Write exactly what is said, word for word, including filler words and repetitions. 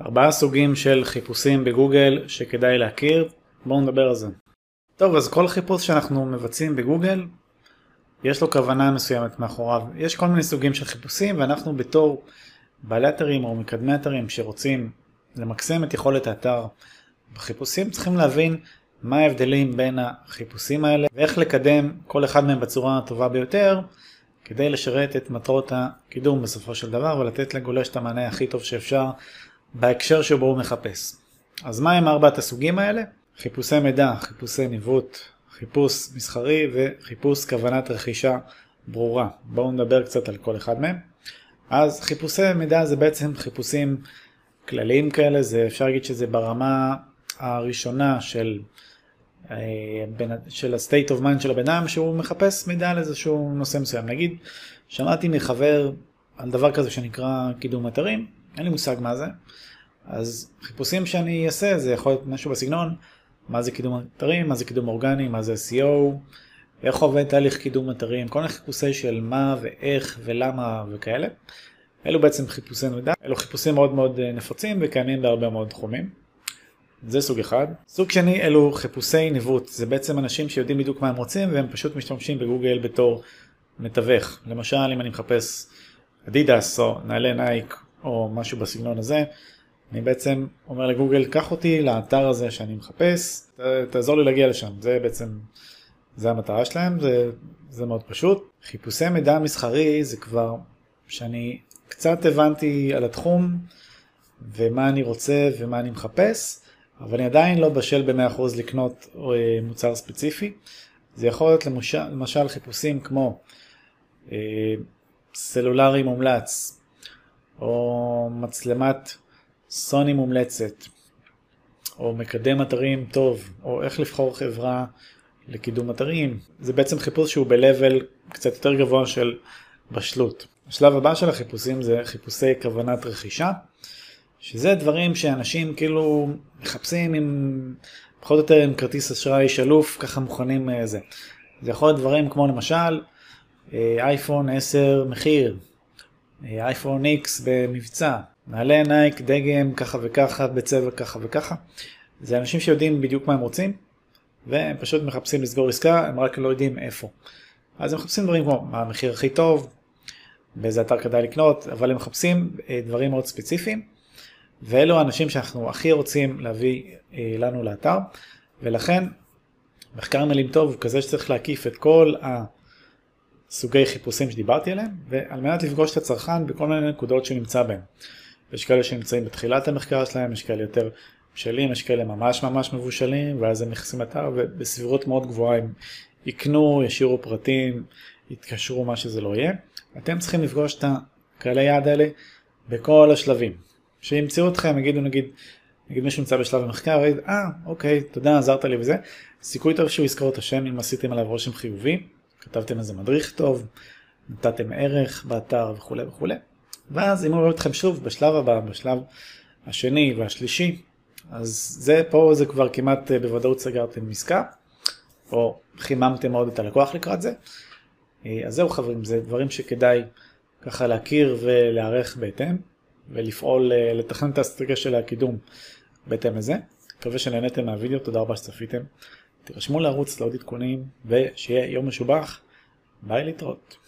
ארבעה סוגים של חיפושים בגוגל שכדאי להכיר. בואו נדבר על זה. טוב, אז כל חיפוש שאנחנו מבצעים בגוגל, יש לו כוונה מסוימת מאחוריו. יש כל מיני סוגים של חיפושים, ואנחנו בתור בעלי אתרים או מקדמי אתרים שרוצים למקסם את יכולת האתר בחיפושים, צריכים להבין מה ההבדלים בין החיפושים האלה, ואיך לקדם כל אחד מהם בצורה הטובה ביותר, כדי לשרת את מטרות הקידום בסופו של דבר, ולתת לגולש את המענה הכי טוב שאפשר בהקשר שבו הוא מחפש. אז מה הם ארבעת הסוגים האלה? חיפושי מידע, חיפושי ניווט, חיפוש מסחרי וחיפוש כוונת רכישה ברורה. בואו נדבר קצת על כל אחד מהם. אז חיפושי מידע זה בעצם חיפושים כלליים כאלה, זה אפשר להגיד שזה ברמה הראשונה של של ה-state of mind של הבן אדם, שהוא מחפש מידע על איזשהו נושא מסוים. נגיד, שמעתי מחבר על דבר כזה שנקרא קידום אתרים, אין לי מושג מה זה, אז חיפושים שאני אעשה, זה יכול להיות משהו בסגנון, מה זה קידום אתרים, מה זה קידום אורגני, מה זה אס אי או, איך עובד תהליך קידום אתרים, כל מיני חיפושי של מה ואיך ולמה וכאלה. אלו בעצם חיפושי מידע, אלו חיפושים מאוד מאוד נפוצים וקיימים בהרבה מאוד תחומים. זה סוג אחד. סוג שני, אלו חיפושי ניווט. זה בעצם אנשים שיודעים בדיוק מה הם רוצים, והם פשוט משתמשים בגוגל בתור מתווך. למשל, אם אני מחפש אדידס או נעלי נייק או משהו בסגנון הזה, אני בעצם אומר לגוגל, קח אותי לאתר הזה שאני מחפש, תעזור לי להגיע לשם. זה בעצם, זה המטרה שלהם, זה, זה מאוד פשוט. חיפושי מידע מסחרי זה כבר שאני קצת הבנתי על התחום, ומה אני רוצה ומה אני מחפש, אבל אני עדיין לא בשל ב-מאה אחוז לקנות מוצר ספציפי. זה יכול להיות למשל, למשל חיפושים כמו אה, סלולרי מומלץ, או מצלמת סוני מומלצת, או מקדם אתרים טוב, או איך לבחור חברה לקידום אתרים. זה בעצם חיפוש שהוא ב-level קצת יותר גבוה של בשלות. השלב הבא של החיפושים זה חיפושי כוונת רכישה, שזה דברים שאנשים כאילו מחפשים עם, פחות או יותר עם כרטיס אשראי שלוף, ככה מוכנים זה. זה יכול להיות דברים כמו למשל, אייפון עשר מחיר, אייפון איקס במבצע, נעלי נייק דגם ככה וככה, בצבע ככה וככה. זה אנשים שיודעים בדיוק מה הם רוצים, והם פשוט מחפשים לסגור עסקה, הם רק לא יודעים איפה. אז הם מחפשים דברים כמו מה המחיר הכי טוב, באיזה אתר כדאי לקנות, אבל הם מחפשים דברים מאוד ספציפיים, ואלו האנשים שאנחנו הכי רוצים להביא אה, לנו לאתר, ולכן מחקר מילים טוב הוא כזה שצריך להקיף את כל הסוגי חיפושים שדיברתי עליהם, ועל מנת לפגוש את הצרכן בכל מיני נקודות שנמצא בהם. יש כאלה שנמצאים בתחילת המחקר שלהם, יש כאלה יותר בשלים, יש כאלה ממש ממש מבושלים, ואז הם נכנסים לאתר, ובסבירות מאוד גבוהה הם יקנו, ישירו פרטים, יתקשרו מה שזה לא יהיה. אתם צריכים לפגוש את הקהלי יעד האלה בכל השלבים. שימצאו אתכם, יגידו נגיד, נגיד מישהו נמצא בשלב המחקר, ויגיד, אה, אוקיי, תודה, עזרת לי וזה. סיכוי טוב שהוא יזכור את השם אם עשיתם עליו רושם חיובי, כתבתם איזה מדריך טוב, נתתם ערך באתר וכו' וכו'. ואז אם הוא רואה אתכם שוב בשלב הבא, בשלב השני והשלישי, אז זה פה זה כבר כמעט בוודאות סגרתם עסקה, או חיממתם מאוד את הלקוח לקראת זה. אז זהו חברים, זה דברים שכדאי ככה להכיר ולהערך בהתאם. ולפעול, לתכנן את האסטרטגיה של הקידום בהתאם לזה. מקווה שנהנתם מהווידאו, תודה רבה שצפיתם. תירשמו לערוץ לעוד עדכונים, ושיהיה יום משובח. ביי, להתראות.